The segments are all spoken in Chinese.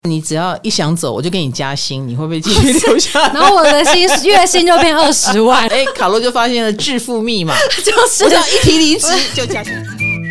你只要一想走，我就给你加薪，你会不会继续留下来？ 然后我的月薪就变20万。 卡洛就发现了致富密码， 就是我只要一提离职就加薪。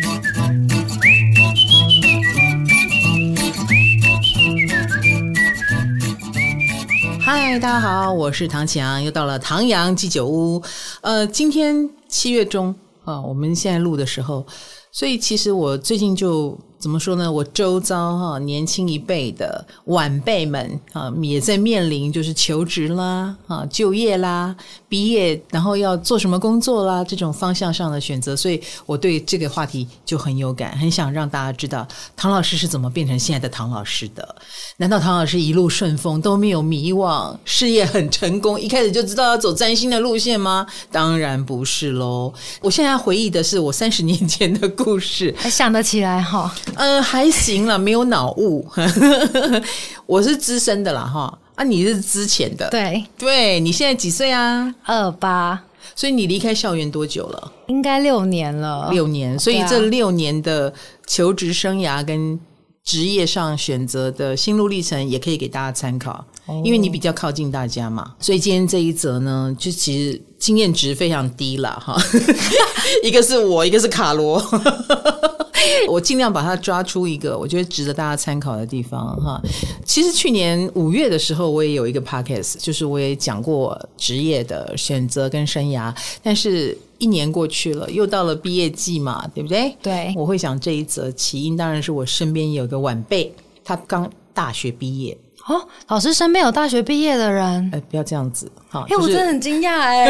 嗨，大家好，我是唐强，又到了唐阳鸡酒屋。今天7月中我们现在录的时候，所以其实我最近就怎么说呢？我周遭年轻一辈的晚辈们也在面临就是求职啦就业啦、毕业然后要做什么工作啦这种方向上的选择，所以我对这个话题就很有感，很想让大家知道唐老师是怎么变成现在的唐老师的。难道唐老师一路顺风都没有迷惘，事业很成功，一开始就知道要走占星的路线吗？当然不是咯。我现在回忆的是我30年前的故事， 还想得起来哈？ 还行啦，没有脑雾。我是资深的啦哈，你是之前的。对，你现在几岁啊 ？28。 所以你离开校园多久了？ 应该6年了。 6年，所以这6年的求职生涯跟职业上选择的心路历程也可以给大家参考，因为你比较靠近大家嘛。所以今天这一则呢，就其实经验值非常低啦哈。一个是我，一个是卡罗。我尽量把它抓出一个我觉得值得大家参考的地方哈。其实去年5月的时候我也有一个 podcast， 就是我也讲过职业的选择跟生涯，但是1年过去了，又到了毕业季嘛，对不对？ 对， 我会想这一则起因当然是我身边有一个晚辈，他刚大学毕业。 老师身边有大学毕业的人？ 不要这样子。 我真的很惊讶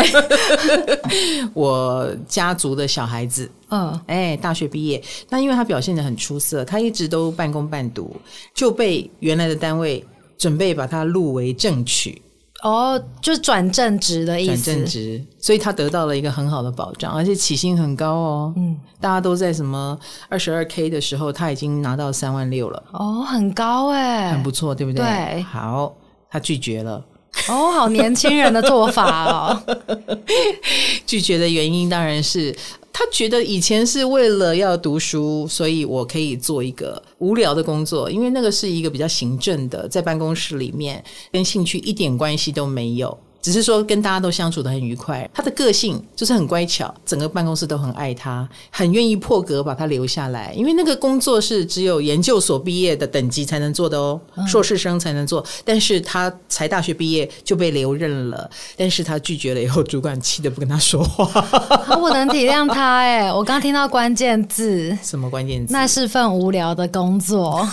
我家族的小孩子大学毕业，那因为他表现得很出色，他一直都半工半读，就被原来的单位准备把他录为正取。 就是转正职的意思。 转正职，所以他得到了一个很好的保障，而且起薪很高哦。大家都在什么 22K 的时候，他已经拿到3万6了。 很高很不错，对不对？ 对。 好，他拒绝了。 好年轻人的做法拒绝的原因当然是他觉得以前是为了要读书，所以我可以做一个无聊的工作，因为那个是一个比较行政的，在办公室里面跟兴趣一点关系都没有，只是说跟大家都相处得很愉快。他的个性就是很乖巧，整个办公室都很爱他，很愿意破格把他留下来，因为那个工作是只有研究所毕业的等级才能做的硕士生才能做，但是他才大学毕业就被留任了，但是他拒绝了以后，主管气得不跟他说话。 我能体谅他我刚听到关键字。 什么关键字？ 那是份无聊的工作。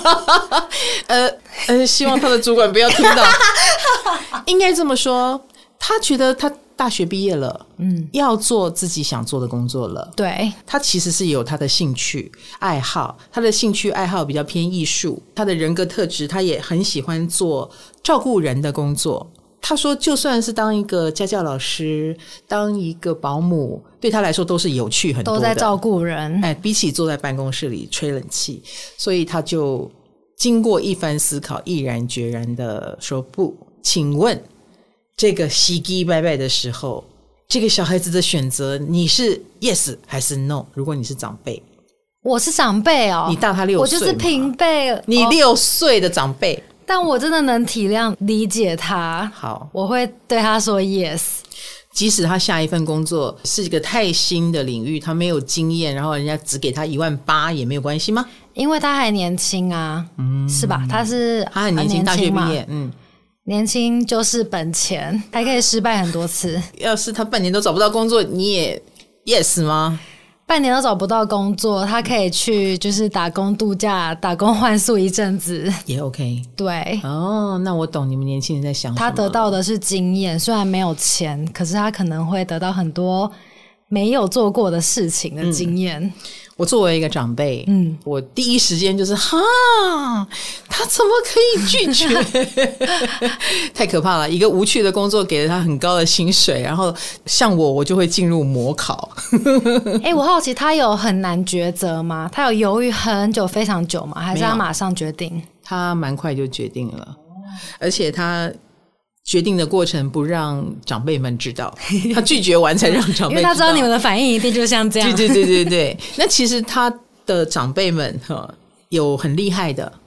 希望他的主管不要听到。应该这么说，他觉得他大学毕业了，要做自己想做的工作了。 对， 他其实是有他的兴趣爱好，他的兴趣爱好比较偏艺术，他的人格特质他也很喜欢做照顾人的工作。他说就算是当一个家教老师，当一个保姆，对他来说都是有趣很多的， 都在照顾人。 比起坐在办公室里吹冷气，所以他就经过一番思考，毅然决然的说不。请问这个洗鸡拜拜的时候，这个小孩子的选择你是 yes 还是 no？ 如果你是长辈。我是长辈你大他6岁， 我就是平辈。 你6岁的长辈， 但我真的能体谅理解他。 好， 我会对他说 yes。 即使他下一份工作是一个太新的领域，他没有经验，然后人家只给他18000也没有关系吗？ 因为他还年轻啊，是吧？他很年轻，大学毕业， 年轻就是本钱，还可以失败很多次。 要是他半年都找不到工作，你也 yes 吗？ 半年都找不到工作，他可以去就是打工度假、打工换宿一阵子也 OK。 对， 那我懂你们年轻人在想什么。 他得到的是经验，虽然没有钱，可是他可能会得到很多没有做过的事情的经验。 我作为一个长辈，我第一时间就是他怎么可以拒绝？太可怕了！一个无趣的工作给了他很高的薪水，然后像我就会进入模考。 我好奇他有很难抉择吗？他有犹豫很久非常久吗？还是他马上决定？ 他蛮快就决定了，而且他决定的过程不让长辈们知道，他拒绝完才让长辈知道，因为他知道你们的反应一定就像这样。 对。那其实他的长辈们有很厉害的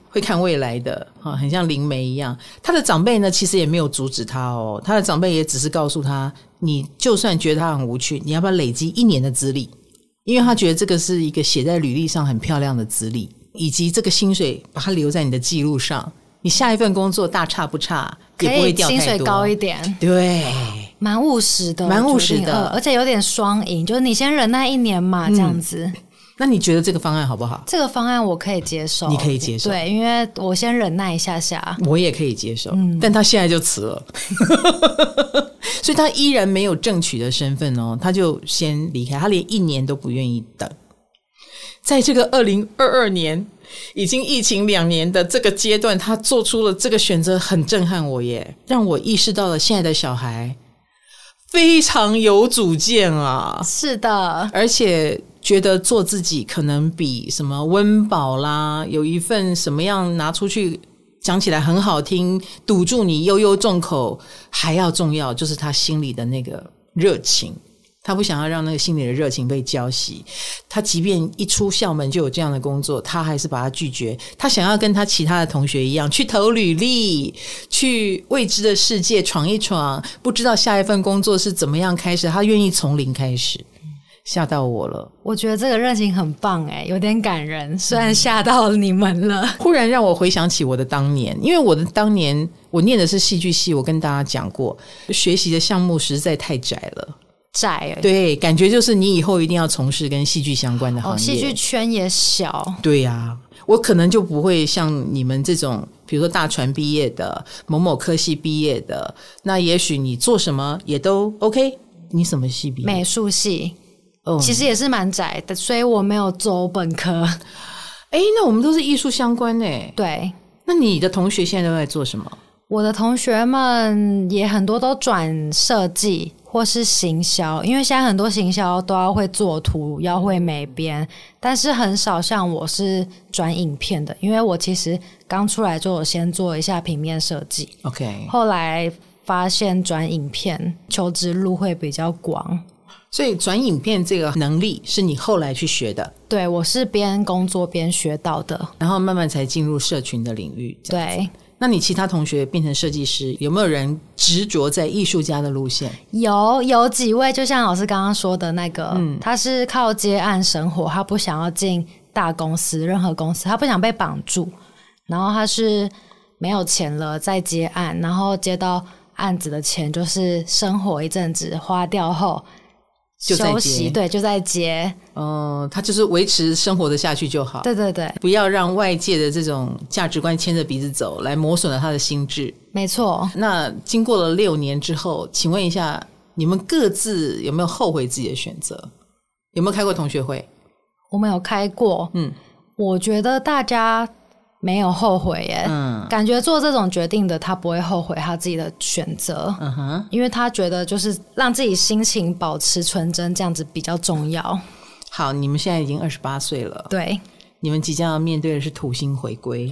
会看未来的很像灵媒一样。他的长辈呢其实也没有阻止他哦，他的长辈也只是告诉他，你就算觉得他很无趣，你要不要累积1年的资历，因为他觉得这个是一个写在履历上很漂亮的资历，以及这个薪水把它留在你的记录上，你下一份工作大差不差，也不会掉太多， 薪水高一点， 对， 蛮务实的， 蛮务实的， 而且有点双赢，就是你先忍耐1年嘛，这样子。 那你觉得这个方案好不好？ 这个方案我可以接受， 你可以接受， 对，因为我先忍耐一下下， 我也可以接受，但他现在就辞了，所以他依然没有正取的身份哦，他就先离开，他连1年都不愿意等。在这个2022年已经疫情2年的这个阶段，他做出了这个选择，很震撼我耶，让我意识到了现在的小孩非常有主见啊， 是的， 而且觉得做自己可能比什么温饱啦，有一份什么样拿出去讲起来很好听，堵住你悠悠众口还要重要，就是他心里的那个热情。他不想要让那个心里的热情被浇熄，他即便一出校门就有这样的工作，他还是把它拒绝。他想要跟他其他的同学一样，去投履历，去未知的世界闯一闯，不知道下一份工作是怎么样开始，他愿意从零开始。吓到我了， 我觉得这个热情很棒耶，有点感人，虽然吓到你们了。 忽然让我回想起我的当年，因为我的当年我念的是戏剧系，我跟大家讲过，学习的项目实在太窄了， 窄， 对，感觉就是你以后一定要从事跟戏剧相关的行业， 戏剧圈也小， 对啊，我可能就不会像你们这种比如说大传毕业的，某某科系毕业的，那也许你做什么也都 OK。 你什么系毕业？ 美术系，其实也是蛮窄的，所以我没有走本科。 那我们都是艺术相关耶。 对， 那你的同学现在都在做什么？ 我的同学们也很多都转设计或是行销，因为现在很多行销都要会做图，要会美编，但是很少像我是转影片的，因为我其实刚出来就有先做一下平面设计 OK， 后来发现转影片求职路会比较广， 所以转影片这个能力是你后来去学的？ 对，我是边工作边学到的， 然后慢慢才进入社群的领域。 对， 那你其他同学变成设计师，有没有人执着在艺术家的路线？ 有几位，就像老师刚刚说的那个，他是靠接案生活，他不想要进大公司，任何公司，他不想被绑住，然后他是没有钱了再接案，然后接到案子的钱就是生活一阵子花掉后就在接， 休息，对，就在接。 他就是维持生活的下去就好， 对对对， 不要让外界的这种价值观牵着鼻子走，来磨损了他的心智。 没错。 那经过了6年之后，请问一下，你们各自有没有后悔自己的选择？有没有开过同学会？ 我们有开过，我觉得大家没有后悔耶，感觉做这种决定的他不会后悔他自己的选择，因为他觉得就是让自己心情保持纯真，这样子比较重要。 好，你们现在已经28岁了， 对， 你们即将要面对的是土星回归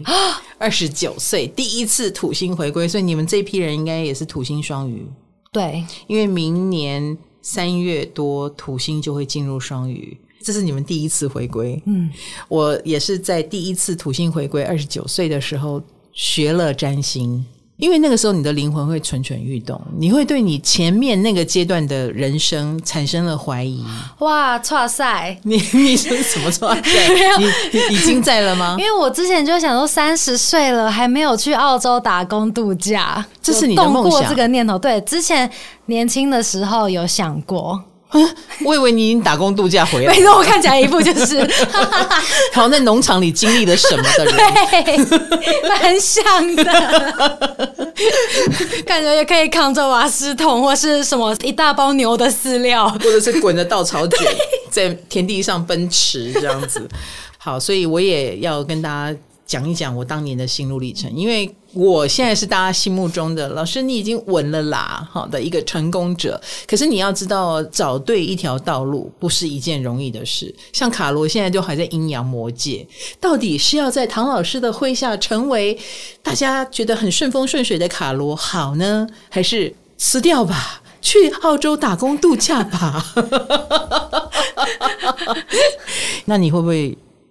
，29岁第一次土星回归，所以你们这批人应该也是土星双鱼。 对， 因为明年3月多土星就会进入双鱼，这是你们第一次回归。我也是在第一次土星回归29岁的时候学了占星，因为那个时候你的灵魂会蠢蠢欲动，你会对你前面那个阶段的人生产生了怀疑。 哇，剉赛， 你是什么剉赛？你已经在了吗？ 因为我之前就想说30岁了还没有去澳洲打工度假， 这是你的梦想。 动过这个念头，对，之前年轻的时候有想过。 我以为你已经打工度假回来了， 没错，我看起来一副就是好像在农场里经历了什么的人， 对，蛮像的，感觉也可以扛着瓦斯桶或是什么一大包牛的饲料， 或者是滚着稻草卷在田地上奔驰这样子。好，所以我也要跟大家讲一讲我当年的心路历程，因为我现在是大家心目中的老师你已经稳了啦的一个成功者，可是你要知道找对一条道路不是一件容易的事。像卡罗现在就还在阴阳魔界，到底是要在唐老师的麾下成为大家觉得很顺风顺水的卡罗好呢，还是辞掉吧，去澳洲打工度假吧那你会不会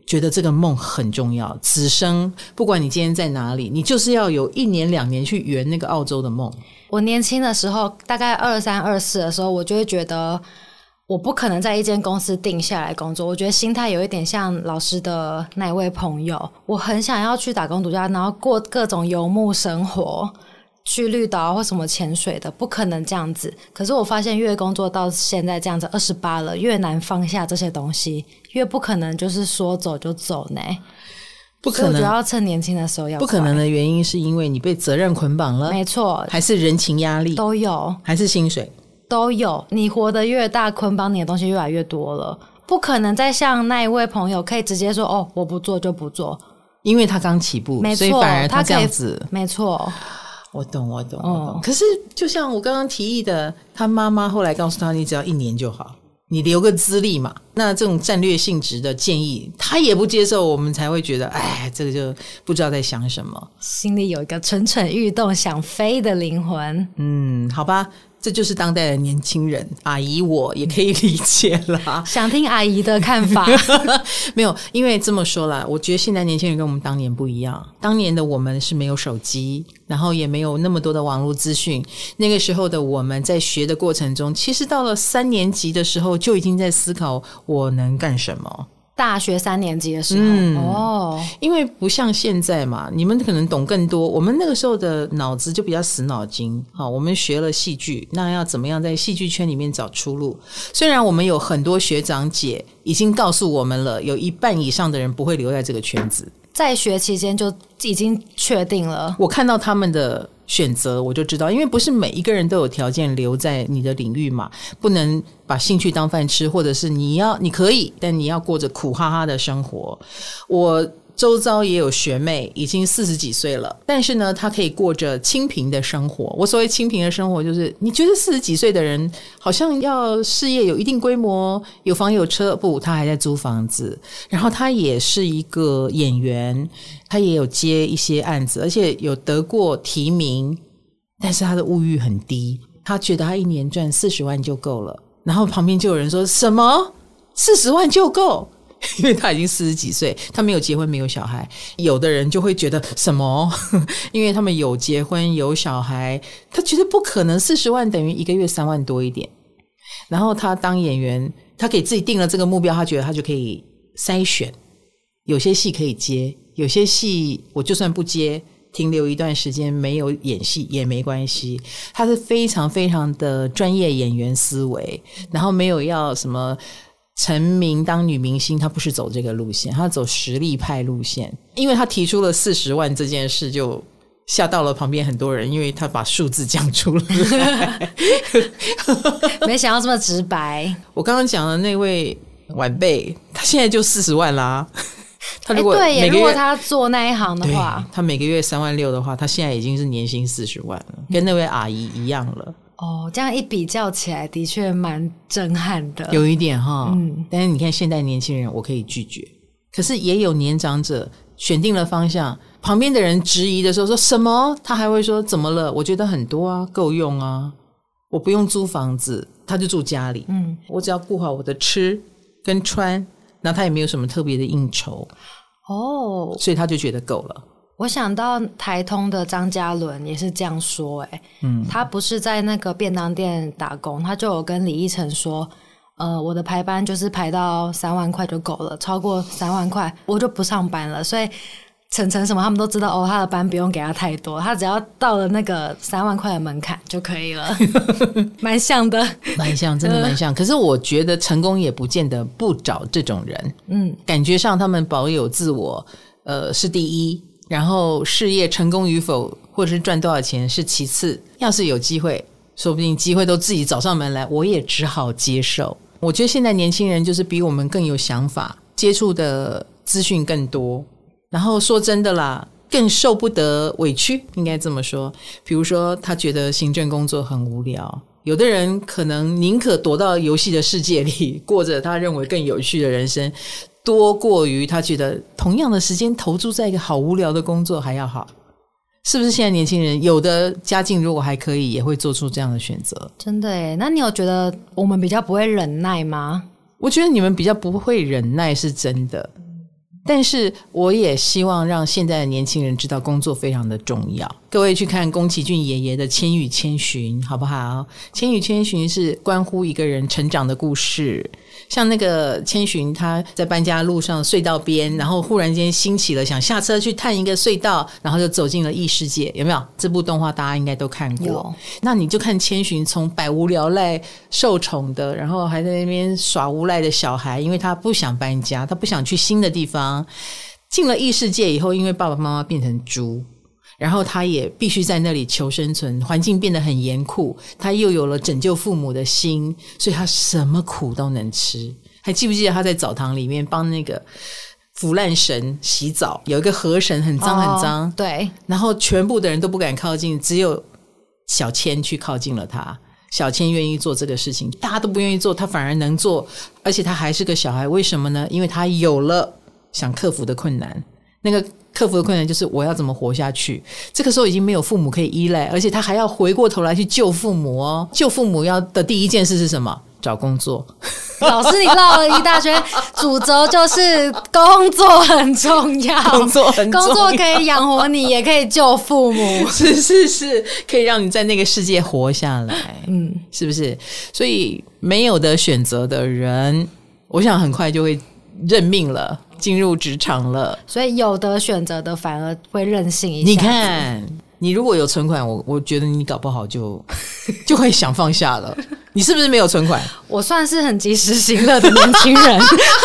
觉得这个梦很重要，此生不管你今天在哪里，你就是要有1年2年去圆那个澳洲的梦。 我年轻的时候大概23、24的时候，我就会觉得我不可能在一间公司定下来工作，我觉得心态有一点像老师的那一位朋友，我很想要去打工度假，然后过各种游牧生活，去绿岛或什么潜水的，不可能这样子。可是我发现越工作到现在这样子28了，越难放下这些东西，越不可能就是说走就走呢。 不可能， 所以我觉得要趁年轻的时候要。 不可能的原因是因为你被责任捆绑了， 没错， 还是人情压力都有， 还是薪水都有。你活得越大，捆绑你的东西越来越多了，不可能再像那一位朋友可以直接说哦，我不做就不做， 因为他刚起步，所以反而他这样子， 没错。 我懂。可是就像我刚刚提议的，他妈妈后来告诉他，你只要1年就好，你留个资历嘛。那这种战略性质的建议他也不接受，我们才会觉得哎，这个就不知道在想什么， 心里有一个蠢蠢欲动想飞的灵魂。 好吧，这就是当代的年轻人，阿姨我也可以理解啦。 想听阿姨的看法没有，因为这么说啦，我觉得现在年轻人跟我们当年不一样，当年的我们是没有手机，然后也没有那么多的网络资讯，那个时候的我们在学的过程中，其实到了3年级的时候就已经在思考我能干什么。 大学3年级的时候， 因为不像现在嘛，你们可能懂更多，我们那个时候的脑子就比较死脑筋。好，我们学了戏剧，那要怎么样在戏剧圈里面找出路？虽然我们有很多学长姐已经告诉我们了，有1半以上的人不会留在这个圈子， 在学期间就已经确定了。 我看到他们的选择我就知道，因为不是每一个人都有条件留在你的领域嘛，不能把兴趣当饭吃，或者是你可以，但你要过着苦哈哈的生活。我周遭也有学妹已经40几岁了，但是呢她可以过着清贫的生活。我所谓清贫的生活，就是你觉得40几岁的人好像要事业有一定规模，有房有车，不，她还在租房子。然后她也是一个演员，她也有接一些案子，而且有得过提名，但是她的物欲很低，她觉得她1年赚40万就够了。然后旁边就有人说，什么40万就够？因为他已经40几岁，他没有结婚没有小孩。有的人就会觉得什么因为他们有结婚有小孩，他觉得不可能40万等于1个月3万多一点。然后他当演员，他给自己定了这个目标，他觉得他就可以筛选，有些戏可以接，有些戏我就算不接，停留一段时间没有演戏也没关系。他是非常非常的专业演员思维，然后没有要什么成名当女明星，他不是走这个路线，他走实力派路线。因为他提出了40万这件事，就吓到了旁边很多人，因为他把数字讲出来没想到这么直白。 我刚刚讲的那位晚辈，他现在就40万啦。他如果如果他做那一行的话， 他每个月3万6的话，他现在已经是年薪40万了，跟那位阿姨一样了。 这样一比较起来的确蛮震撼的， 有一点哈。但是你看现代年轻人我可以拒绝，可是也有年长者选定了方向，旁边的人质疑的时候说什么，他还会说怎么了，我觉得很多啊，够用啊，我不用租房子，他就住家里，我只要顾好我的吃跟穿，那他也没有什么特别的应酬所以他就觉得够了。 我想到台通的张嘉伦也是这样说他不是在那个便当店打工，他就有跟李依晨说我的排班就是排到3万块就够了，超过3万块我就不上班了。所以晨晨什么他们都知道他的班不用给他太多，他只要到了那个3万块的门槛就可以了蛮像的， 蛮像，真的蛮像可是我觉得成功也不见得不找这种人感觉上他们保有自我是第一，然后事业成功与否或者是赚多少钱是其次，要是有机会说不定机会都自己找上门来，我也只好接受。我觉得现在年轻人就是比我们更有想法，接触的资讯更多，然后说真的啦，更受不得委屈，应该这么说。比如说他觉得行政工作很无聊，有的人可能宁可躲到游戏的世界里，过着他认为更有趣的人生，多过于他觉得同样的时间投注在一个好无聊的工作还要好。是不是现在年轻人有的家境如果还可以也会做出这样的选择？ 真的耶。那你有觉得我们比较不会忍耐吗？ 我觉得你们比较不会忍耐是真的， 但是我也希望让现在的年轻人知道工作非常的重要。各位去看宫崎骏爷爷的《千与千寻》好不好？千与千寻是关乎一个人成长的故事，像那个千寻他在搬家路上隧道边，然后忽然间兴起了想下车去探一个隧道，然后就走进了异世界，有没有？这部动画大家应该都看过。那你就看千寻从百无聊赖受宠的，然后还在那边耍无赖的小孩，因为他不想搬家，他不想去新的地方，进了异世界以后，因为爸爸妈妈变成猪，然后他也必须在那里求生存，环境变得很严酷，他又有了拯救父母的心，所以他什么苦都能吃。还记不记得他在澡堂里面帮那个腐烂神洗澡，有一个河神很脏很脏， 对， 然后全部的人都不敢靠近，只有小千去靠近了他。小千愿意做这个事情，大家都不愿意做，他反而能做，而且他还是个小孩。为什么呢？因为他有了想克服的困难，那个克服的困难就是我要怎么活下去。这个时候已经没有父母可以依赖，而且他还要回过头来去救父母哦。救父母要的第一件事是什么？找工作。 老师你绕了一大圈，主轴就是工作很重要， 工作很重要， 工作可以养活你，也可以救父母， 是可以让你在那个世界活下来，是不是？所以没有得选择的人，我想很快就会认命了，进入职场了。 所以有得选择的反而会任性一下。 你看，你如果有存款，我觉得你搞不好就会想放下了。你是不是没有存款？ 我算是很及时行乐的年轻人。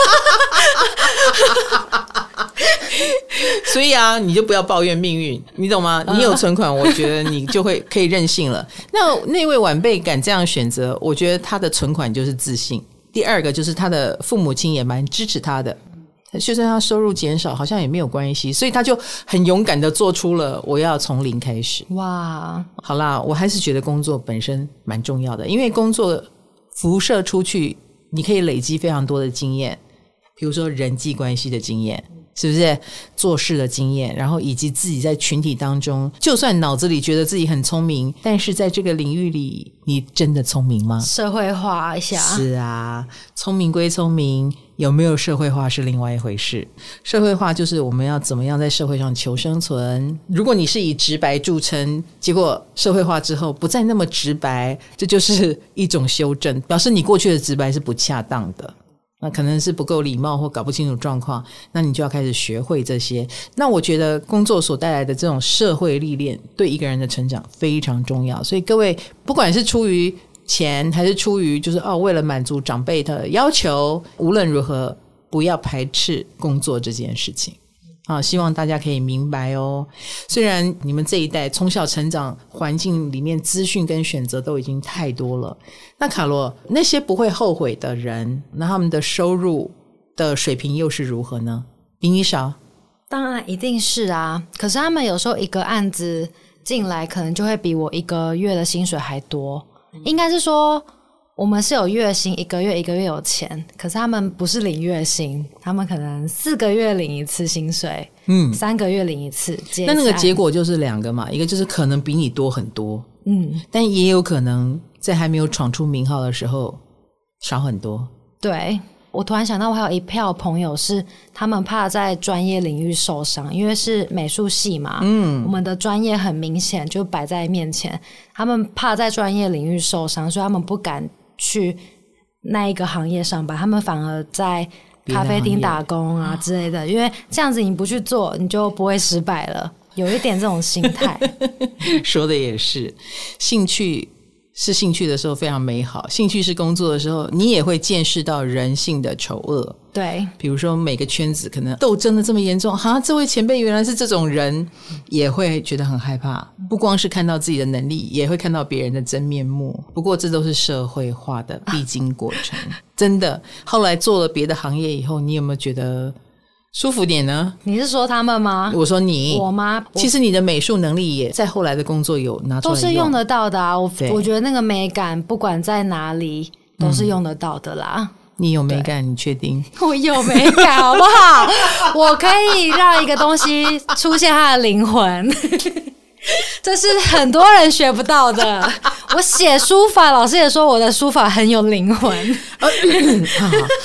所以啊，你就不要抱怨命运，你懂吗？你有存款，我觉得你就会可以任性了。那位晚辈敢这样选择，我觉得他的存款就是自信。第二个就是他的父母亲也蛮支持他的，就算他收入减少好像也没有关系，所以他就很勇敢的做出了我要从零开始。 哇， 好啦，我还是觉得工作本身蛮重要的，因为工作辐射出去你可以累积非常多的经验，比如说人际关系的经验，是不是做事的经验，然后以及自己在群体当中，就算脑子里觉得自己很聪明，但是在这个领域里你真的聪明吗？ 社会化一下。 是啊，聪明归聪明，有没有社会化是另外一回事。社会化就是我们要怎么样在社会上求生存。如果你是以直白著称，结果社会化之后不再那么直白，这就是一种修正，表示你过去的直白是不恰当的，那可能是不够礼貌或搞不清楚状况，那你就要开始学会这些。那我觉得工作所带来的这种社会历练对一个人的成长非常重要，所以各位不管是出于钱还是出于就是为了满足长辈的要求，无论如何不要排斥工作这件事情。希望大家可以明白哦。虽然你们这一代从小成长环境里面资讯跟选择都已经太多了，那卡罗，那些不会后悔的人，那他们的收入的水平又是如何呢？比你少？ 当然一定是啊，可是他们有时候一个案子进来可能就会比我一个月的薪水还多。应该是说我们是有月薪，一个月有钱，可是他们不是领月薪，他们可能4个月领一次薪水，3个月领一次。 那个结果就是2个嘛，一个就是可能比你多很多，但也有可能在还没有闯出名号的时候少很多。 对，我突然想到我还有一票朋友是他们怕在专业领域受伤，因为是美术系嘛，我们的专业很明显就摆在面前，他们怕在专业领域受伤，所以他们不敢去那一个行业上班，他们反而在咖啡厅打工啊之类的，因为这样子你不去做你就不会失败了，有一点这种心态。 说的也是，兴趣是兴趣的时候非常美好，兴趣是工作的时候你也会见识到人性的丑恶。 对， 比如说每个圈子可能斗争的这么严重，这位前辈原来是这种人，也会觉得很害怕，不光是看到自己的能力，也会看到别人的真面目。不过这都是社会化的必经过程。真的，后来做了别的行业以后，你有没有觉得舒服点呢？ 你是说他们吗？ 我说你。 我吗？ 其实你的美术能力也在后来的工作有拿出来用， 都是用得到的啊。我觉得那个美感不管在哪里都是用得到的啦。 你有美感，你确定？ 我有美感好不好？我可以让一个东西出现它的灵魂。这是很多人学不到的。我写书法，老师也说我的书法很有灵魂。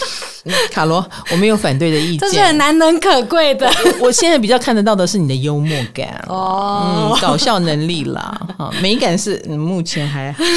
卡罗，我没有反对的意见， 这是很难能可贵的。 我现在比较看得到的是你的幽默感哦，搞笑能力啦，美感是目前还好。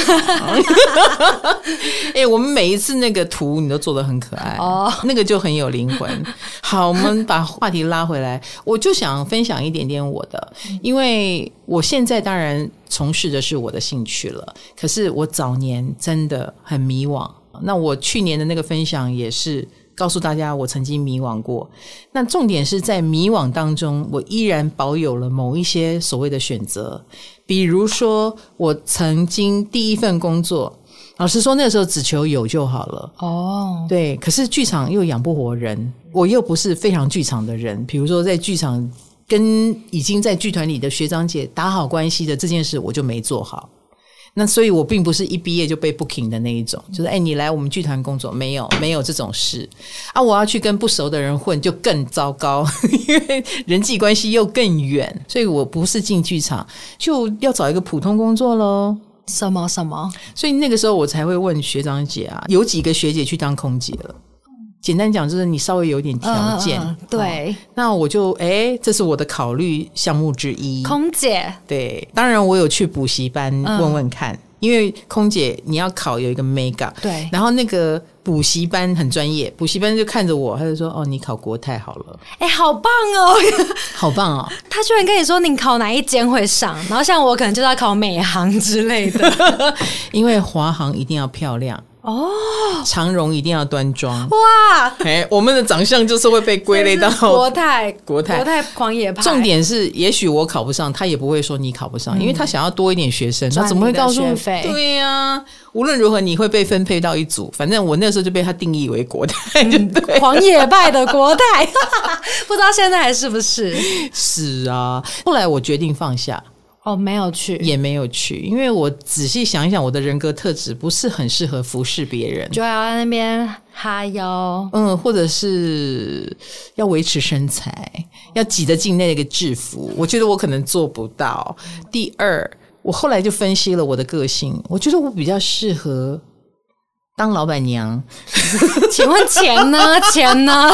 我们每一次那个图你都做得很可爱哦，那个就很有灵魂。好，我们把话题拉回来，我就想分享一点点我的，因为我现在当然从事的是我的兴趣了，可是我早年真的很迷惘。那我去年的那个分享也是告诉大家我曾经迷惘过，那重点是在迷惘当中我依然保有了某一些所谓的选择，比如说我曾经第一份工作，老实说那个时候只求有就好了哦，对，可是剧场又养不活人，我又不是非常剧场的人，比如说在剧场跟已经在剧团里的学长姐打好关系的这件事我就没做好，那所以我并不是一毕业就被 booking 的那一种，就是你来我们剧团工作，没有这种事啊！我要去跟不熟的人混就更糟糕，因为人际关系又更远，所以我不是进剧场就要找一个普通工作咯。 什么？ 所以那个时候我才会问学长姐啊，有几个学姐去当空姐了。简单讲就是你稍微有点条件， 对， 那我就这是我的考虑项目之一。 空姐， 对，当然我有去补习班问问看，因为空姐你要考有一个 mega， 对， 然后那个补习班很专业，补习班就看着我，他就说哦，你考国泰好了， 好棒哦， 好棒哦， 他居然跟你说你考哪一间会上，然后像我可能就是要考美航之类的， 因为华航一定要漂亮。哦，长荣一定要端庄哇！我们的长相就是会被归类到国泰狂野派。 重点是，也许我考不上，他也不会说你考不上，因为他想要多一点学生，他怎么会告诉我？对呀，无论如何你会被分配到一组，反正我那时候就被他定义为国泰， 狂野派的国泰，不知道现在还是不是？ 是啊，后来我决定放下。 没有去， 也没有去，因为我仔细想一想，我的人格特质不是很适合服侍别人， 就要在那边哈腰， 或者是要维持身材，要挤得进那个制服，我觉得我可能做不到。第二，我后来就分析了我的个性，我觉得我比较适合当老板娘。 请问钱呢？钱呢？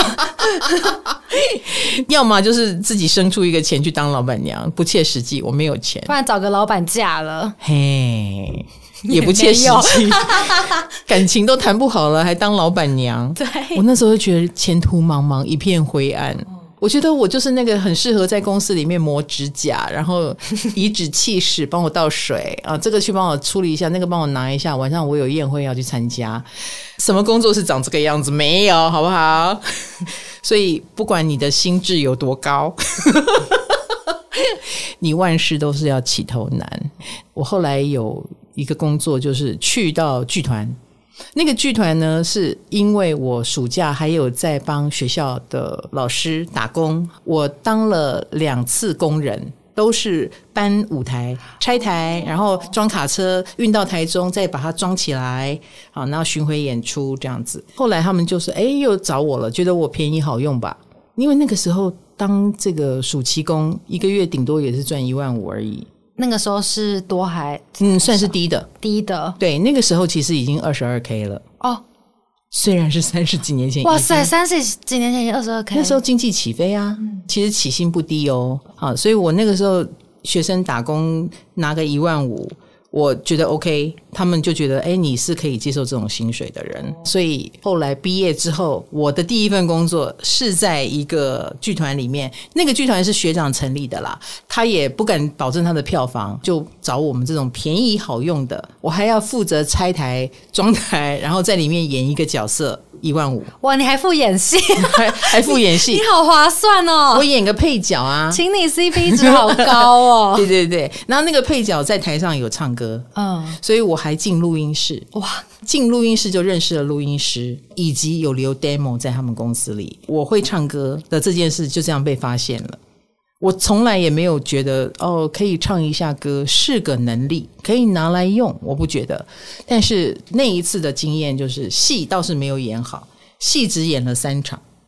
要么就是自己生出一个钱去当老板娘，不切实际，我没有钱， 不然找个老板嫁了， 嘿，也不切实际，感情都谈不好了，还当老板娘。 对， 我那时候就觉得前途茫茫，一片灰暗。我觉得我就是那个很适合在公司里面磨指甲，然后颐指气使，帮我倒水啊，这个去帮我处理一下，那个帮我拿一下。晚上我有宴会要去参加，什么工作是长这个样子？没有，好不好？所以不管你的心智有多高，你万事都是要起头难。我后来有一个工作，就是去到剧团。那个剧团呢，是因为我暑假还有在帮学校的老师打工，我当了2次工人，都是搬舞台、拆台，然后装卡车运到台中，再把它装起来，好，然后巡回演出这样子。后来他们就是又找我了，觉得我便宜好用吧，因为那个时候当这个暑期工1个月顶多也是赚15000而已。 那个时候是多还算是低的，对，那个时候其实已经22K 了哦，虽然是30几年前， 哇塞，30几年前已经22K， 那时候经济起飞啊，其实起薪不低哦。好，所以我那个时候学生打工拿个15000，我觉得 OK， 他们就觉得你是可以接受这种薪水的人，所以后来毕业之后，我的第一份工作是在一个剧团里面，那个剧团是学长成立的啦，他也不敢保证他的票房，就找我们这种便宜好用的，我还要负责拆台装台，然后在里面演一个角色15000。 哇，你还附演戏， 还附演戏， 你好划算哦！ 我演个配角啊， 请你 CP 值好高哦。 对对对，然后那个配角在台上有唱歌，所以我还进录音室。哇，进录音室就认识了录音师，以及有留 demo 在他们公司里。我会唱歌的这件事就这样被发现了。我从来也没有觉得可以唱一下歌是个能力，可以拿来用，我不觉得。但是那一次的经验就是戏倒是没有演好，戏只演了3场，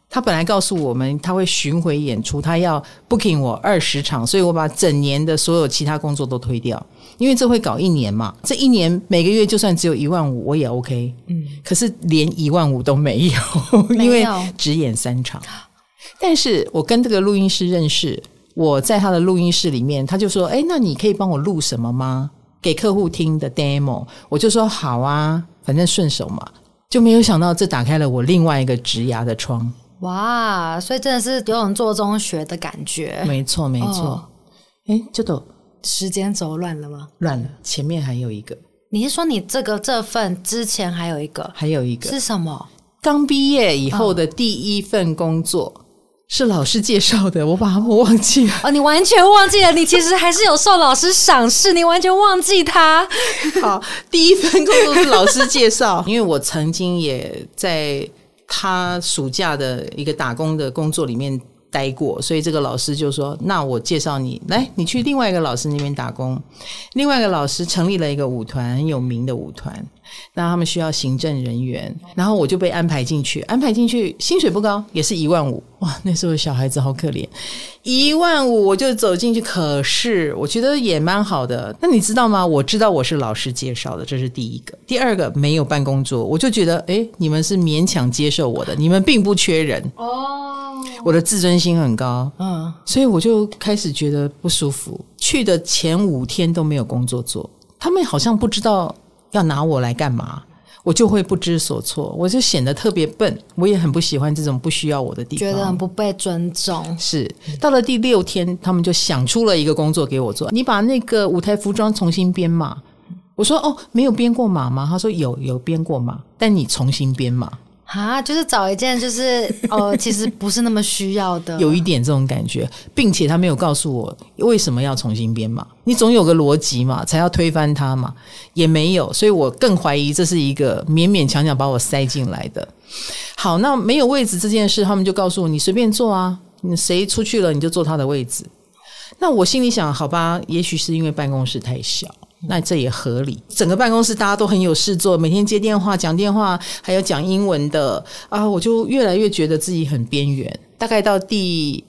他本来告诉我们他会巡回演出，他要 booking 我20场，所以我把整年的所有其他工作都推掉，因为这会搞1年嘛，这1年每个月就算只有15000我也 OK，可是连15000都没有，因为只演3场。但是我跟这个录音师认识，我在他的录音室里面，他就说那你可以帮我录什么吗？给客户听的 demo， 我就说好啊，反正顺手嘛，就没有想到这打开了我另外一个职涯的窗。 哇，所以真的是有种做中学的感觉。 没错没错。这都时间轴乱了吗？ 乱了，前面还有一个。 你是说你这份之前还有一个？ 还有一个是什么？ 刚毕业以后的第1份工作，是老师介绍的，我忘记了。 你完全忘记了，你其实还是有受老师赏识，你完全忘记他。 好，第1份工作是老师介绍，因为我曾经也在他暑假的一个打工的工作里面待过，所以这个老师就说那我介绍你来，你去另外一个老师那边打工。另外一个老师成立了一个舞团，很有名的舞团，那他们需要行政人员，然后我就被安排进去，薪水不高，也是15000。哇，那时候小孩子好可怜，15000我就走进去，可是我觉得也蛮好的。那你知道吗？我知道我是老师介绍的，这是第一个。第二个，没有办公桌，我就觉得你们是勉强接受我的，你们并不缺人我的自尊心很高，所以我就开始觉得不舒服。去的前5天都没有工作做，他们好像不知道要拿我来干嘛，我就会不知所措，我就显得特别笨。我也很不喜欢这种不需要我的地方， 觉得很不被尊重。 是到了第6天，他们就想出了一个工作给我做，你把那个舞台服装重新编码。我说没有编过码吗？他说有编过码，但你重新编码。 就是找一件就是其实不是那么需要的， 有一点这种感觉，并且他没有告诉我为什么要重新编码，你总有个逻辑嘛，才要推翻它嘛，也没有，所以我更怀疑这是一个勉勉强强把我塞进来的。好，那没有位置这件事，他们就告诉我你随便坐啊，你谁出去了你就坐他的位置。那我心里想，好吧，也许是因为办公室太小，那这也合理，整个办公室大家都很有事做，每天接电话讲电话，还有讲英文的我就越来越觉得自己很边缘。大概到第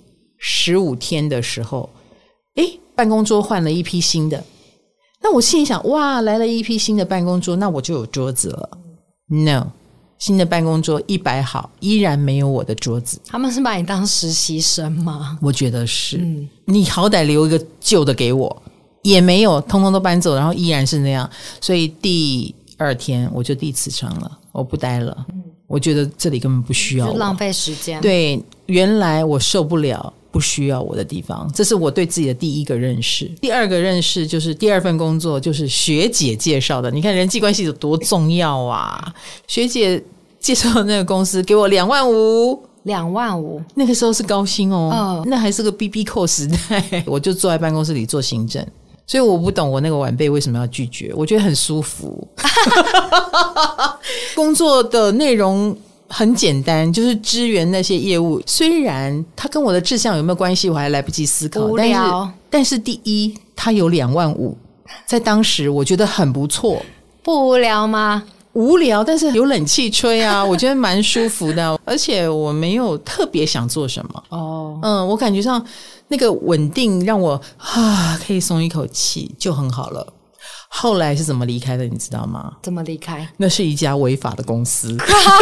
15天的时候，办公桌换了一批新的，那我心里想，哇，来了一批新的办公桌，那我就有桌子了。 No， 新的办公桌100好，依然没有我的桌子。 他们是把你当实习生吗？ 我觉得是，你好歹留一个旧的给我，也没有，通通都搬走，然后依然是那样。所以第2天我就递辞呈了，我不待了，我觉得这里根本不需要我， 就浪费时间。 对，原来我受不了不需要我的地方，这是我对自己的第1个认识。第2个认识就是第2份工作，就是学姐介绍的。你看人际关系有多重要啊！学姐介绍的那个公司给我25000，那个时候是高薪那还是个 BB 扣时代，我就坐在办公室里做行政。所以我不懂我那个晚辈为什么要拒绝，我觉得很舒服。工作的内容很简单，就是支援那些业务，虽然它跟我的志向有没有关系我还来不及思考， 无聊。 但是第一它有25000，在当时我觉得很不错。 不无聊吗？ 无聊，但是有冷气吹啊，我觉得蛮舒服的。而且我没有特别想做什么我感觉上那个稳定让我可以松一口气就很好了。后来是怎么离开的你知道吗？ 怎么离开？ 那是一家违法的公司。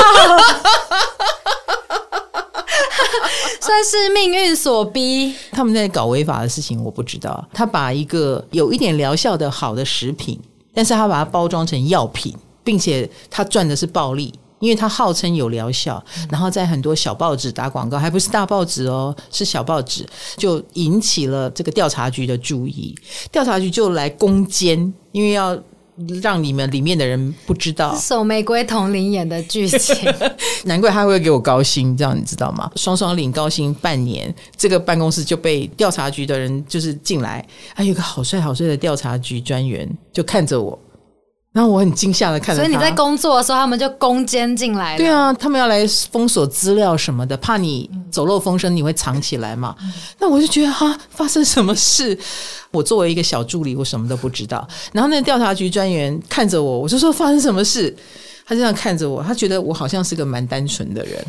算是命运所逼。 他们在搞违法的事情我不知道，他把一个有一点疗效的好的食品，但是他把它包装成药品，并且他赚的是暴利，因为他号称有疗效，然后在很多小报纸打广告，还不是大报纸是小报纸，就引起了这个调查局的注意。调查局就来攻坚，因为要让你们里面的人不知道。 守玫瑰同龄演的剧情。 难怪他会给我高薪，这样你知道吗？双双领高薪半年，这个办公室就被调查局的人就是进来，有一个好帅好帅的调查局专员就看着我，然后我很惊吓的看着他。 所以你在工作的时候他们就攻坚进来了。 对啊，他们要来封锁资料什么的，怕你走漏风声你会藏起来嘛。那我就觉得发生什么事，我作为一个小助理我什么都不知道。然后那个调查局专员看着我，我就说发生什么事，他这样看着我，他觉得我好像是个蛮单纯的人，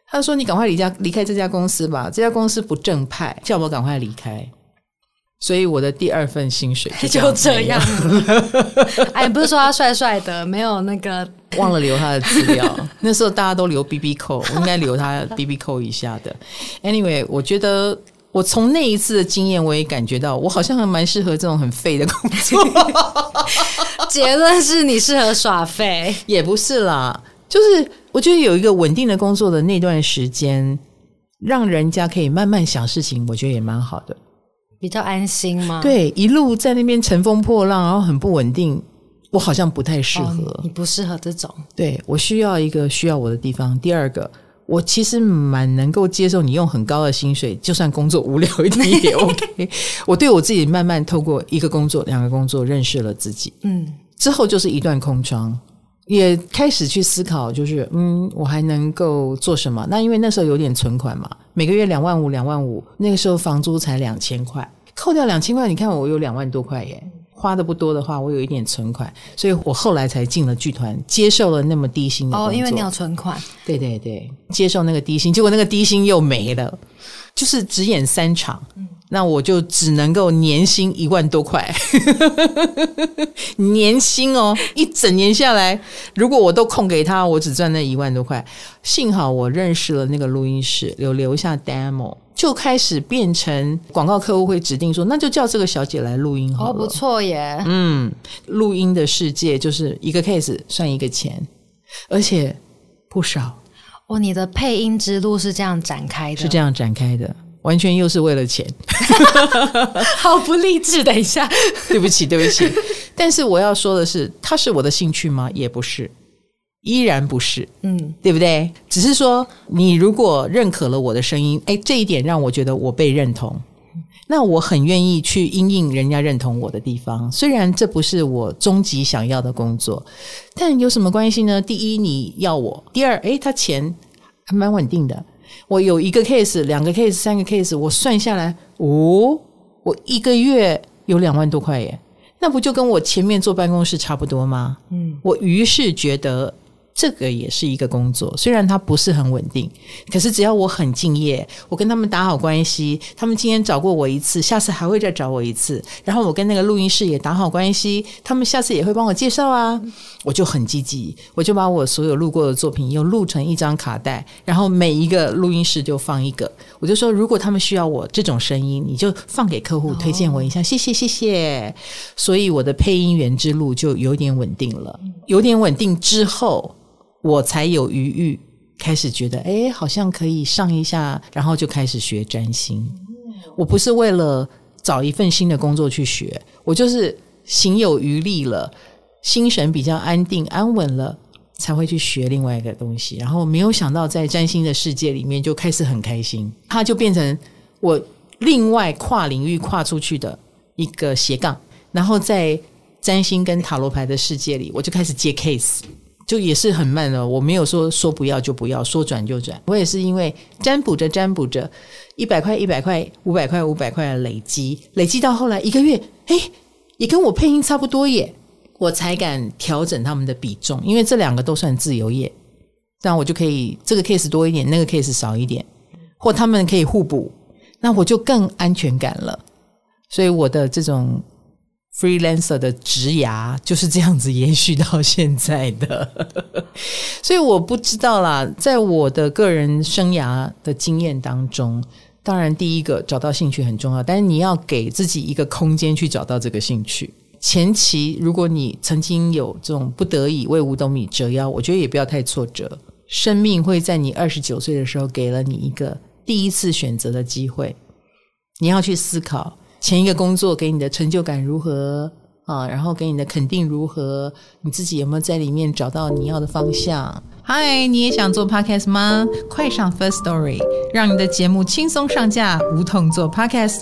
他说你赶快离开这家公司吧，这家公司不正派，叫我赶快离开。所以我的第2份薪水就这样了。哎，不是说他帅帅的，没有那个忘了留他的资料。那时候大家都留 BB 扣，我应该留他 BB 扣以下的。Anyway， 我觉得我从那一次的经验，我也感觉到我好像还蛮适合这种很废的工作。 结论是你适合耍废， 也不是啦，就是我觉得有一个稳定的工作的那段时间，让人家可以慢慢想事情，我觉得也蛮好的。 比较安心吗？ 对，一路在那边乘风破浪，然后很不稳定，我好像不太适合。 你不适合这种。 对，我需要一个需要我的地方。第二个，我其实蛮能够接受你用很高的薪水，就算工作无聊一点也 OK。我对我自己慢慢透过1个工作、2个工作认识了自己。之后就是一段空窗，也开始去思考，就是我还能够做什么？那因为那时候有点存款嘛，每个月2万5，那个时候房租才2000块，扣掉2000块，你看我有2万多块耶。花的不多的话，我有一点存款，所以我后来才进了剧团，接受了那么低薪的工作。 因为你有存款。 对对对，接受那个低薪，结果那个低薪又没了，就是只演3场。那我就只能够年薪1万多块。年薪一整年下来，如果我都空给他，我只赚那1万多块。幸好我认识了那个录音室，有留下 demo， 就开始变成广告客户会指定说，那就叫这个小姐来录音好了。 不错耶。 录音的世界就是一个 case 算一个钱，而且不少。 你的配音之路是这样展开的？ 是这样展开的，完全又是为了钱。 好不励志，等一下。 对不起。但是我要说的是，它是我的兴趣吗？也不是，依然不是。对不对？只是说你如果认可了我的声音，这一点让我觉得我被认同，那我很愿意去因应人家认同我的地方。虽然这不是我终极想要的工作，但有什么关系呢？第一，你要我；第二，他钱还蛮稳定的。我有1个 case、2个 case、3个 case， 我算下来，我1个月有2万多块耶，那不就跟我前面坐办公室差不多吗？我于是觉得这个也是一个工作，虽然它不是很稳定，可是只要我很敬业，我跟他们打好关系，他们今天找过我一次，下次还会再找我一次，然后我跟那个录音室也打好关系，他们下次也会帮我介绍啊，我就很积极，我就把我所有录过的作品又录成一张卡带，然后每一个录音室就放1个，我就说如果他们需要我这种声音，你就放给客户推荐我一下，谢谢。所以我的配音员之路就有点稳定了，有点稳定之后，我才有余裕开始觉得好像可以上一下，然后就开始学占星。我不是为了找一份新的工作去学，我就是行有余力了，心神比较安定安稳了，才会去学另外一个东西。然后没有想到在占星的世界里面就开始很开心，它就变成我另外跨领域跨出去的一个斜杠。然后在占星跟塔罗牌的世界里，我就开始接 case，就也是很慢了，我没有说不要就不要，说转就转。我也是因为占卜着100块100块500块500块的累积到后来1个月也跟我配音差不多耶，我才敢调整他们的比重，因为这2个都算自由业，这样我就可以这个 case 多一点，那个 case 少一点，或他们可以互补，那我就更安全感了。所以我的这种freelancer 的职涯就是这样子延续到现在的。所以我不知道啦，在我的个人生涯的经验当中，当然第一个找到兴趣很重要，但是你要给自己一个空间去找到这个兴趣。前期如果你曾经有这种不得已为五斗米折腰，我觉得也不要太挫折，生命会在你29岁的时候给了你一个第一次选择的机会，你要去思考前一个工作给你的成就感如何然后给你的肯定如何，你自己有没有在里面找到你要的方向。嗨，你也想做 podcast 吗？快上 First Story， 让你的节目轻松上架，无痛做 podcast。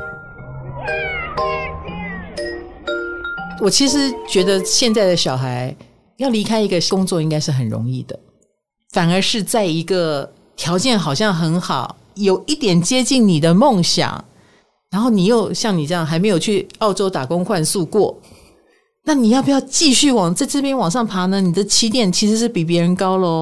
我其实觉得现在的小孩要离开一个工作应该是很容易的，反而是在一个条件好像很好，有一点接近你的梦想，然后你又像你这样还没有去澳洲打工换宿过，那你要不要继续在这边往上爬呢？你的起点其实是比别人高咯，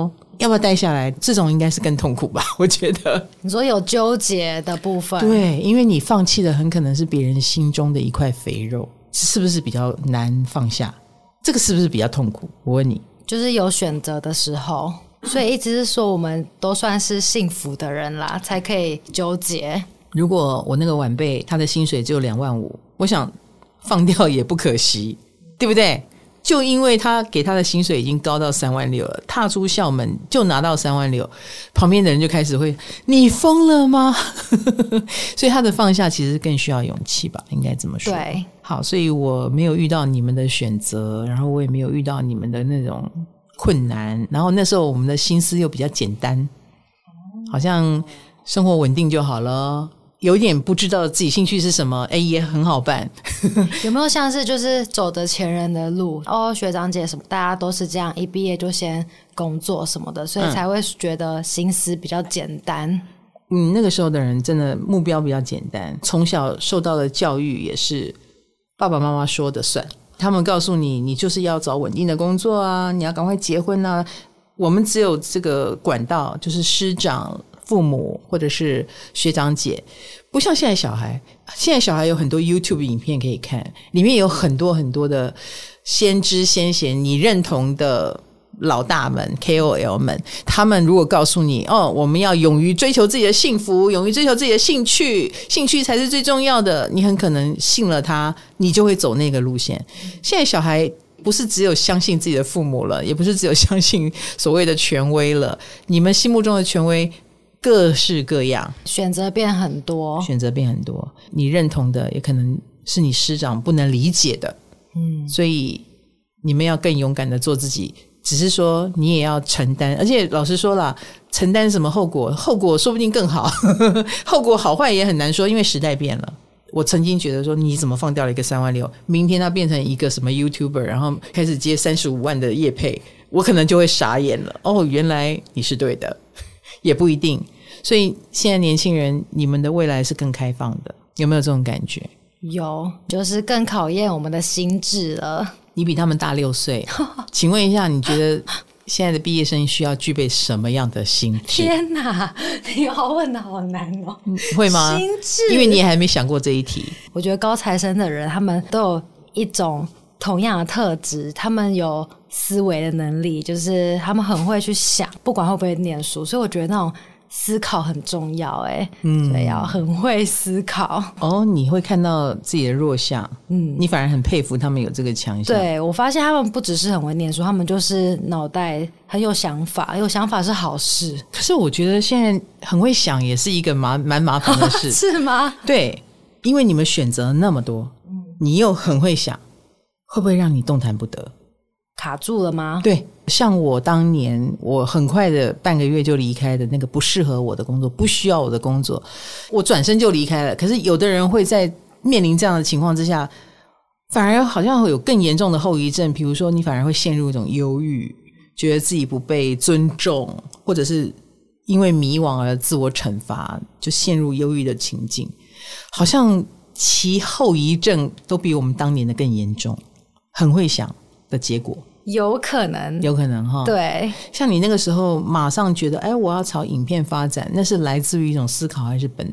要不要待下来，这种应该是更痛苦吧，我觉得。 你说有纠结的部分， 对，因为你放弃的很可能是别人心中的一块肥肉，是不是比较难放下？这个是不是比较痛苦？我问你，就是有选择的时候，所以意思是说我们都算是幸福的人啦，才可以纠结。 如果我那个晚辈他的薪水只有25000，我想放掉也不可惜，对不对？就因为他给他的薪水已经高到36000了，踏出校门就拿到36000，旁边的人就开始会你疯了吗？所以他的放下其实更需要勇气吧，应该这么说。 对， 好，所以我没有遇到你们的选择，然后我也没有遇到你们的那种困难，然后那时候我们的心思又比较简单，好像生活稳定就好了，有点不知道自己兴趣是什么，也很好办。 有没有像是就是走着前人的路，学长姐什么大家都是这样，一毕业就先工作什么的，所以才会觉得心思比较简单。 那个时候的人真的目标比较简单，从小受到的教育也是爸爸妈妈说的算，他们告诉你你就是要找稳定的工作啊，你要赶快结婚啊，我们只有这个管道，就是师长父母或者是学长姐，不像现在小孩，现在小孩有很多 YouTube 影片可以看，里面有很多很多的先知先贤，你认同的老大们 KOL 们，他们如果告诉你我们要勇于追求自己的幸福，勇于追求自己的兴趣，兴趣才是最重要的，你很可能信了他，你就会走那个路线。现在小孩不是只有相信自己的父母了，也不是只有相信所谓的权威了，你们心目中的权威各式各样， 选择变很多， 你认同的也可能是你师长不能理解的，所以你们要更勇敢的做自己，只是说你也要承担，而且老实说啦，承担什么后果说不定更好后果好坏也很难说，因为时代变了。我曾经觉得说你怎么放掉了一个36000，明天他变成一个什么 YouTuber， 然后开始接35万的业配，我可能就会傻眼了，原来你是对的，也不一定。所以现在年轻人，你们的未来是更开放的，有没有这种感觉？ 有，就是更考验我们的心智了。 你比他们大6岁请问一下，你觉得现在的毕业生需要具备什么样的心智？ 天哪，你问的好难哦。 会吗？ 心智， 因为你也还没想过这一题。 我觉得高材生的人他们都有一种同样的特质，他们有思维的能力，就是他们很会去想，不管会不会念书，所以我觉得那种思考很重要所以要很会思考。 你会看到自己的弱项，你反而很佩服他们有这个强项。 对，我发现他们不只是很会念书，他们就是脑袋很有想法，有想法是好事。 可是我觉得现在很会想也是一个蛮麻烦的事是吗？ 对，因为你们选择那么多，你又很会想，会不会让你动弹不得？ 卡住了吗？ 对，像我当年我很快的半个月就离开的那个不适合我的工作，不需要我的工作，我转身就离开了。可是有的人会在面临这样的情况之下，反而好像会有更严重的后遗症，比如说你反而会陷入一种忧郁，觉得自己不被尊重，或者是因为迷惘而自我惩罚，就陷入忧郁的情境，好像其后遗症都比我们当年的更严重。很会想的结果， 有可能哈。 对， 像你那个时候马上觉得我要朝影片发展，那是来自于一种思考还是本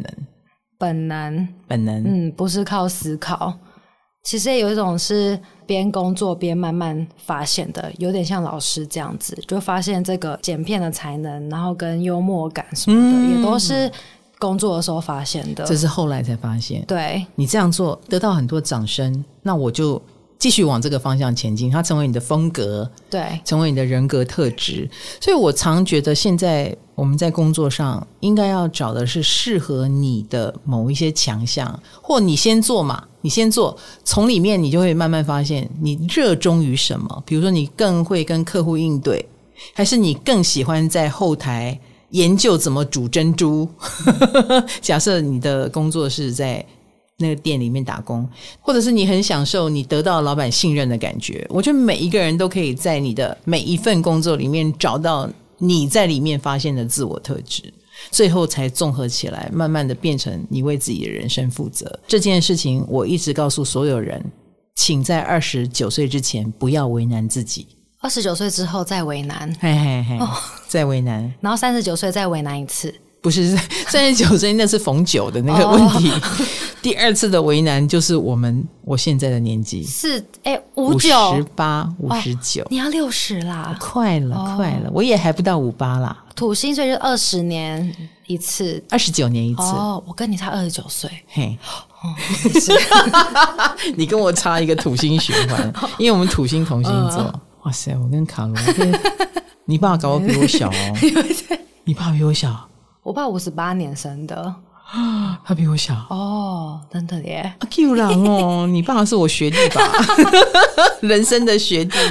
能？ 不是靠思考。其实也有一种是边工作边慢慢发现的，有点像老师这样子，就发现这个剪片的才能，然后跟幽默感什么的，也都是工作的时候发现的。 这是后来才发现。 对， 你这样做得到很多掌声，那我就继续往这个方向前进，它成为你的风格， 对， 成为你的人格特质。所以我常觉得现在我们在工作上应该要找的是适合你的某一些强项，或你先做嘛，你先做，从里面你就会慢慢发现你热衷于什么。比如说你更会跟客户应对，还是你更喜欢在后台研究怎么煮珍珠假设你的工作是在那个店里面打工，或者是你很享受你得到老板信任的感觉。我觉得每一个人都可以在你的每一份工作里面找到你在里面发现的自我特质，最后才综合起来，慢慢的变成你为自己的人生负责。这件事情我一直告诉所有人，请在29岁之前不要为难自己。 29岁之后再为难， 嘿嘿嘿，再为难， 然后39岁再为难一次。 不是39岁那是逢九的那个问题，第二次的为难就是我现在的年纪是59、 58、59， 你要60啦， 快了快了，我也还不到58啦。 土星所以就20年一次 ，29年一次。 我跟你差29岁， 嘿，你跟我差一个土星循环，因为我们土星同星座。哇塞，我跟卡罗，你爸搞我比我小哦，你爸比我小。 我爸58年生的， 他比我小真的耶 ，Q 郎哦，你爸是我学弟吧？人生的学弟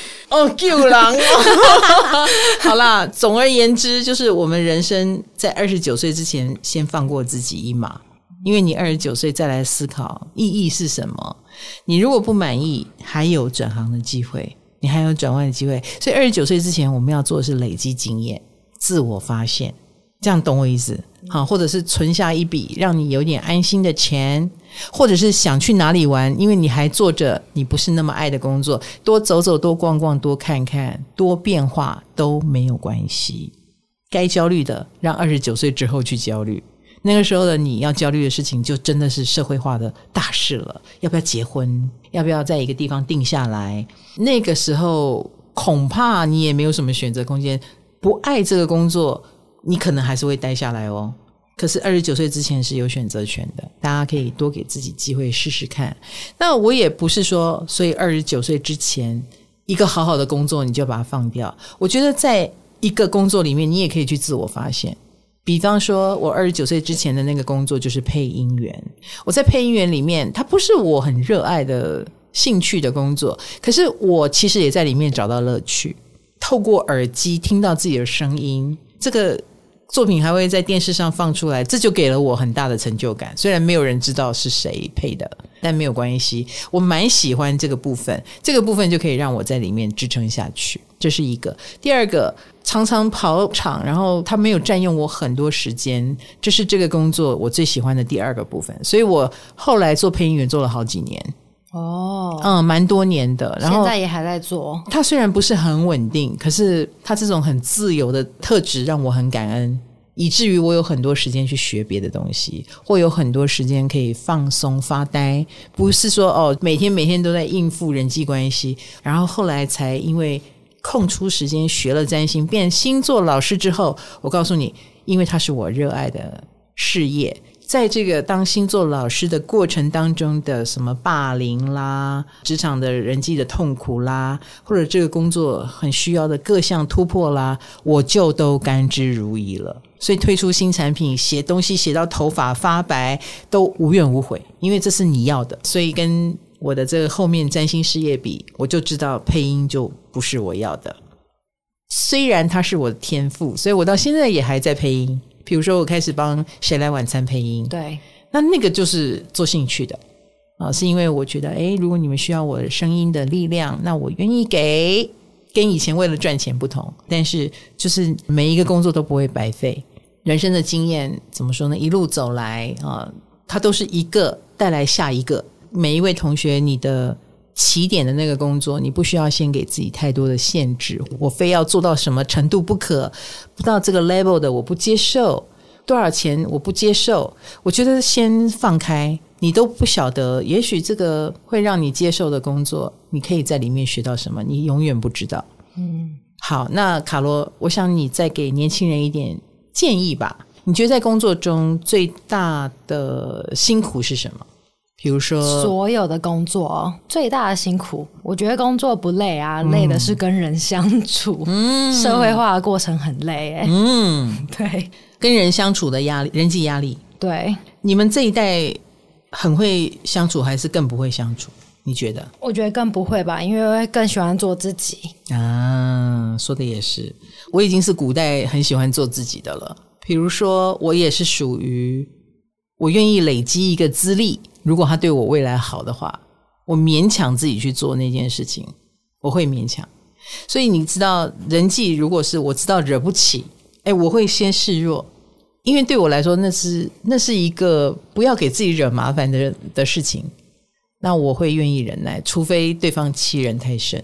，Q 郎哦。好啦，总而言之，就是我们人生在29岁之前，先放过自己一马，因为你29岁再来思考意义是什么。你如果不满意，还有转行的机会，你还有转弯的机会。所以29岁之前，我们要做的是累积经验、自我发现。这样懂我意思？好，或者是存下一笔让你有点安心的钱，或者是想去哪里玩，因为你还做着你不是那么爱的工作，多走走，多逛逛，多看看，多变化都没有关系。该焦虑的让29岁之后去焦虑，那个时候的你要焦虑的事情就真的是社会化的大事了，要不要结婚，要不要在一个地方定下来，那个时候恐怕你也没有什么选择空间，不爱这个工作你可能还是会待下来哦。可是29岁之前是有选择权的，大家可以多给自己机会试试看。那我也不是说所以29岁之前一个好好的工作你就把它放掉，我觉得在一个工作里面你也可以去自我发现。比方说我29岁之前的那个工作就是配音员，我在配音员里面它不是我很热爱的兴趣的工作，可是我其实也在里面找到乐趣，透过耳机听到自己的声音，这个作品还会在电视上放出来，这就给了我很大的成就感。虽然没有人知道是谁配的，但没有关系，我蛮喜欢这个部分，这个部分就可以让我在里面支撑下去，这是一个。第二个，常常跑场，然后它没有占用我很多时间，这是这个工作我最喜欢的第二个部分。所以我后来做配音员做了好几年，蛮多年的，然后现在也还在做。 它虽然不是很稳定，可是它这种很自由的特质让我很感恩，以至于我有很多时间去学别的东西，或有很多时间可以放松发呆，不是说每天都在应付人际关系。然后后来才因为空出时间学了占星，变星座老师之后，我告诉你，因为它是我热爱的事业，在这个当星座老师的过程当中的什么霸凌啦，职场的人际的痛苦啦，或者这个工作很需要的各项突破啦，我就都甘之如饴了。所以推出新产品，写东西写到头发发白都无怨无悔，因为这是你要的。所以跟我的这个后面占星事业比，我就知道配音就不是我要的。虽然它是我的天赋，所以我到现在也还在配音。比如说我开始帮谁来晚餐配音， 对， 那个就是做兴趣的是因为我觉得如果你们需要我的声音的力量，那我愿意给，跟以前为了赚钱不同，但是就是每一个工作都不会白费。人生的经验怎么说呢，一路走来它都是一个带来下一个。每一位同学，你的起点的那个工作，你不需要先给自己太多的限制，我非要做到什么程度不可，不到这个 level 的我不接受，多少钱我不接受。我觉得先放开，你都不晓得也许这个会让你接受的工作，你可以在里面学到什么，你永远不知道。好，那卡罗，我想你再给年轻人一点建议吧。你觉得在工作中最大的辛苦是什么？比如说所有的工作最大的辛苦，我觉得工作不累啊，累的是跟人相处，社会化的过程很累对， 跟人相处的压力，人际压力。 对， 你们这一代很会相处还是更不会相处？你觉得？ 我觉得更不会吧，因为会更喜欢做自己说的也是，我已经是古代很喜欢做自己的了。比如说我也是属于我愿意累积一个资历，如果他对我未来好的话，我勉强自己去做那件事情，我会勉强。所以你知道人际如果是我知道惹不起，我会先示弱，因为对我来说那是一个不要给自己惹麻烦的事情，那我会愿意忍耐，除非对方欺人太甚，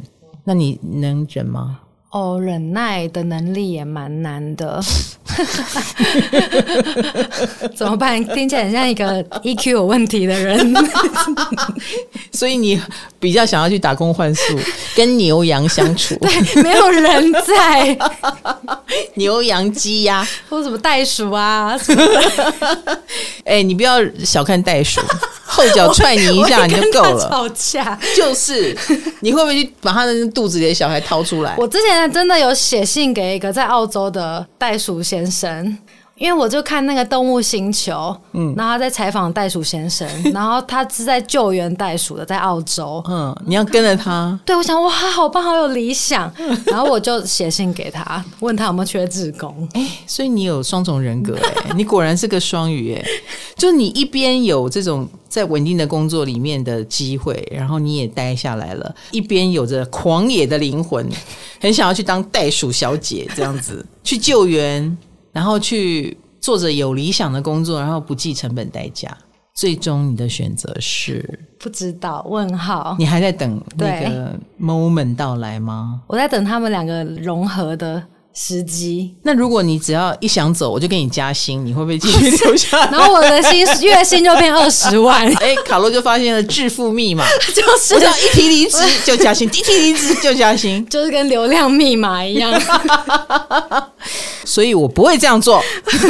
那你能忍吗？ 忍耐的能力也蛮难的。怎么办？听起来很像一个 EQ 有问题的人。 所以你比较想要去打工换宿，跟牛羊相处。 对，没有人在。 牛羊鸡鸭或什么袋鼠啊什么的。 你不要小看袋鼠，后脚踹你一下你就够了。 吵架就是你会不会去把他的肚子里的小孩掏出来？ 我之前真的有写信给一个在澳洲的袋鼠先生，因为我就看那个动物星球，然后他在采访袋鼠先生，然后他是在救援袋鼠的，在澳洲。 你要跟着他。 对，我想哇，好棒，好有理想。然后我就写信给他，问他有没有缺志工。 所以你有双重人格你果然是个双鱼就是你一边有这种在稳定的工作里面的机会，然后你也待下来了，一边有着狂野的灵魂，很想要去当袋鼠小姐这样子去救援，然后去做着有理想的工作，然后不计成本代价。最终你的选择是不知道？问号。 你还在等那个 moment 到来吗？ 我在等他们两个融合的时机。 那如果你只要一想走我就给你加薪，你会不会继续留下来？ 然后我的月薪就变20万。 卡洛就发现了致富密码， 就是我只要一提离职就加薪，一提离职就加薪， 就是跟流量密码一样。 所以我不会这样做。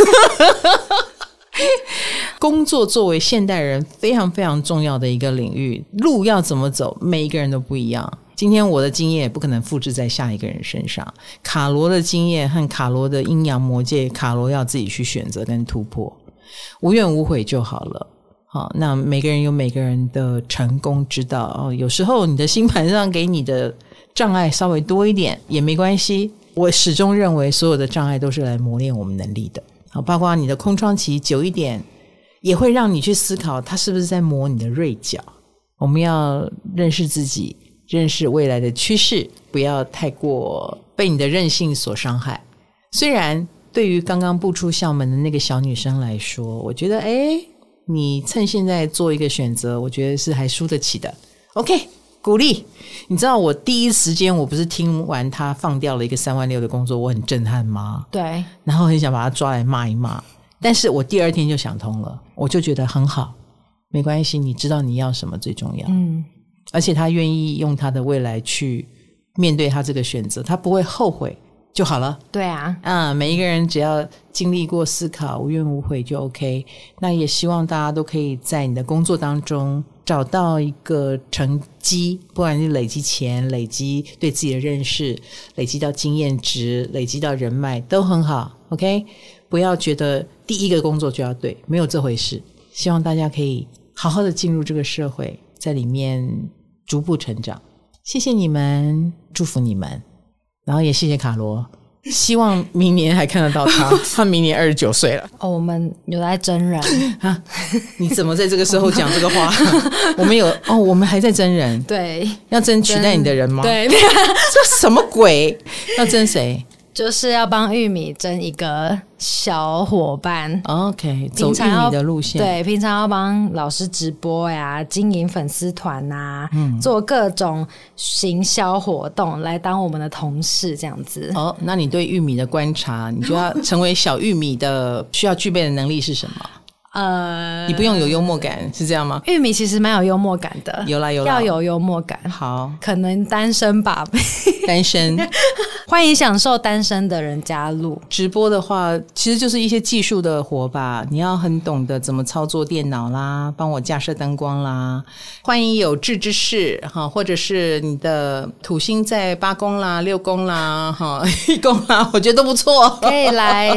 工作作为现代人非常非常重要的一个领域，路要怎么走每一个人都不一样。今天我的经验也不可能复制在下一个人身上，卡罗的经验和卡罗的阴阳魔界，卡罗要自己去选择跟突破，无怨无悔就好了。好，那每个人有每个人的成功之道有时候你的星盘上给你的障碍稍微多一点也没关系，我始终认为所有的障碍都是来磨练我们能力的。好，包括你的空窗期久一点也会让你去思考它是不是在磨你的锐角。我们要认识自己，认识未来的趋势，不要太过被你的任性所伤害。虽然对于刚刚步出校门的那个小女生来说，我觉得你趁现在做一个选择，我觉得是还输得起的。 OK， 鼓励。你知道我第一时间我不是听完她放掉了一个36000的工作我很震撼吗？ 对， 然后很想把她抓来骂一骂，但是我第二天就想通了，我就觉得很好，没关系，你知道你要什么最重要。而且她愿意用她的未来去面对她这个选择，她不会后悔就好了。 对啊， 每一个人只要经历过思考，无怨无悔就 OK。 那也希望大家都可以在你的工作当中找到一个成绩，不管是累积钱，累积对自己的认识，累积到经验值，累积到人脉，都很好 OK。 不要觉得第一个工作就要对，没有这回事。希望大家可以好好的进入这个社会，在里面逐步成长。谢谢你们，祝福你们，然后也谢谢卡罗，希望明年还看得到他。他明年29岁了。 我们有在真人啊？你怎么在这个时候讲这个话？我们有我们还在真人。 对， 要真取代你的人吗？ 对。 这什么鬼？要真谁？ 就是要帮玉米争一个小伙伴。 OK， 走玉米的路线。 对，平常要帮老师直播呀，经营粉丝团啊，做各种行销活动来当我们的同事这样子。 那你对玉米的观察，你就要成为小玉米的需要具备的能力是什么？你不用有幽默感，是这样吗？ 玉米其实蛮有幽默感的。 有啦， 要有幽默感。 好， 可能单身吧。 单身。 欢迎享受单身的人加入。 直播的话其实就是一些技术的活吧，你要很懂得怎么操作电脑啦，帮我架设灯光啦。欢迎有志之士或者是你的土星在8宫啦、6宫啦、1宫啦，我觉得都不错。 可以来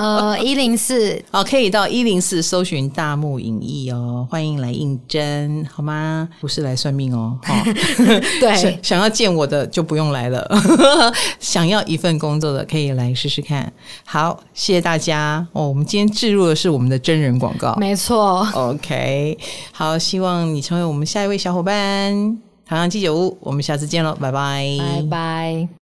104。 可以到104搜寻大木影艺欢迎来应征好吗？不是来算命对， 想要见我的就不用来了。想要一份工作的可以来试试看。好，谢谢大家我们今天置入的是我们的真人广告。 没错。 OK， 好，希望你成为我们下一位小伙伴。唐阳鸡酒屋，我们下次见咯，拜拜。 拜拜。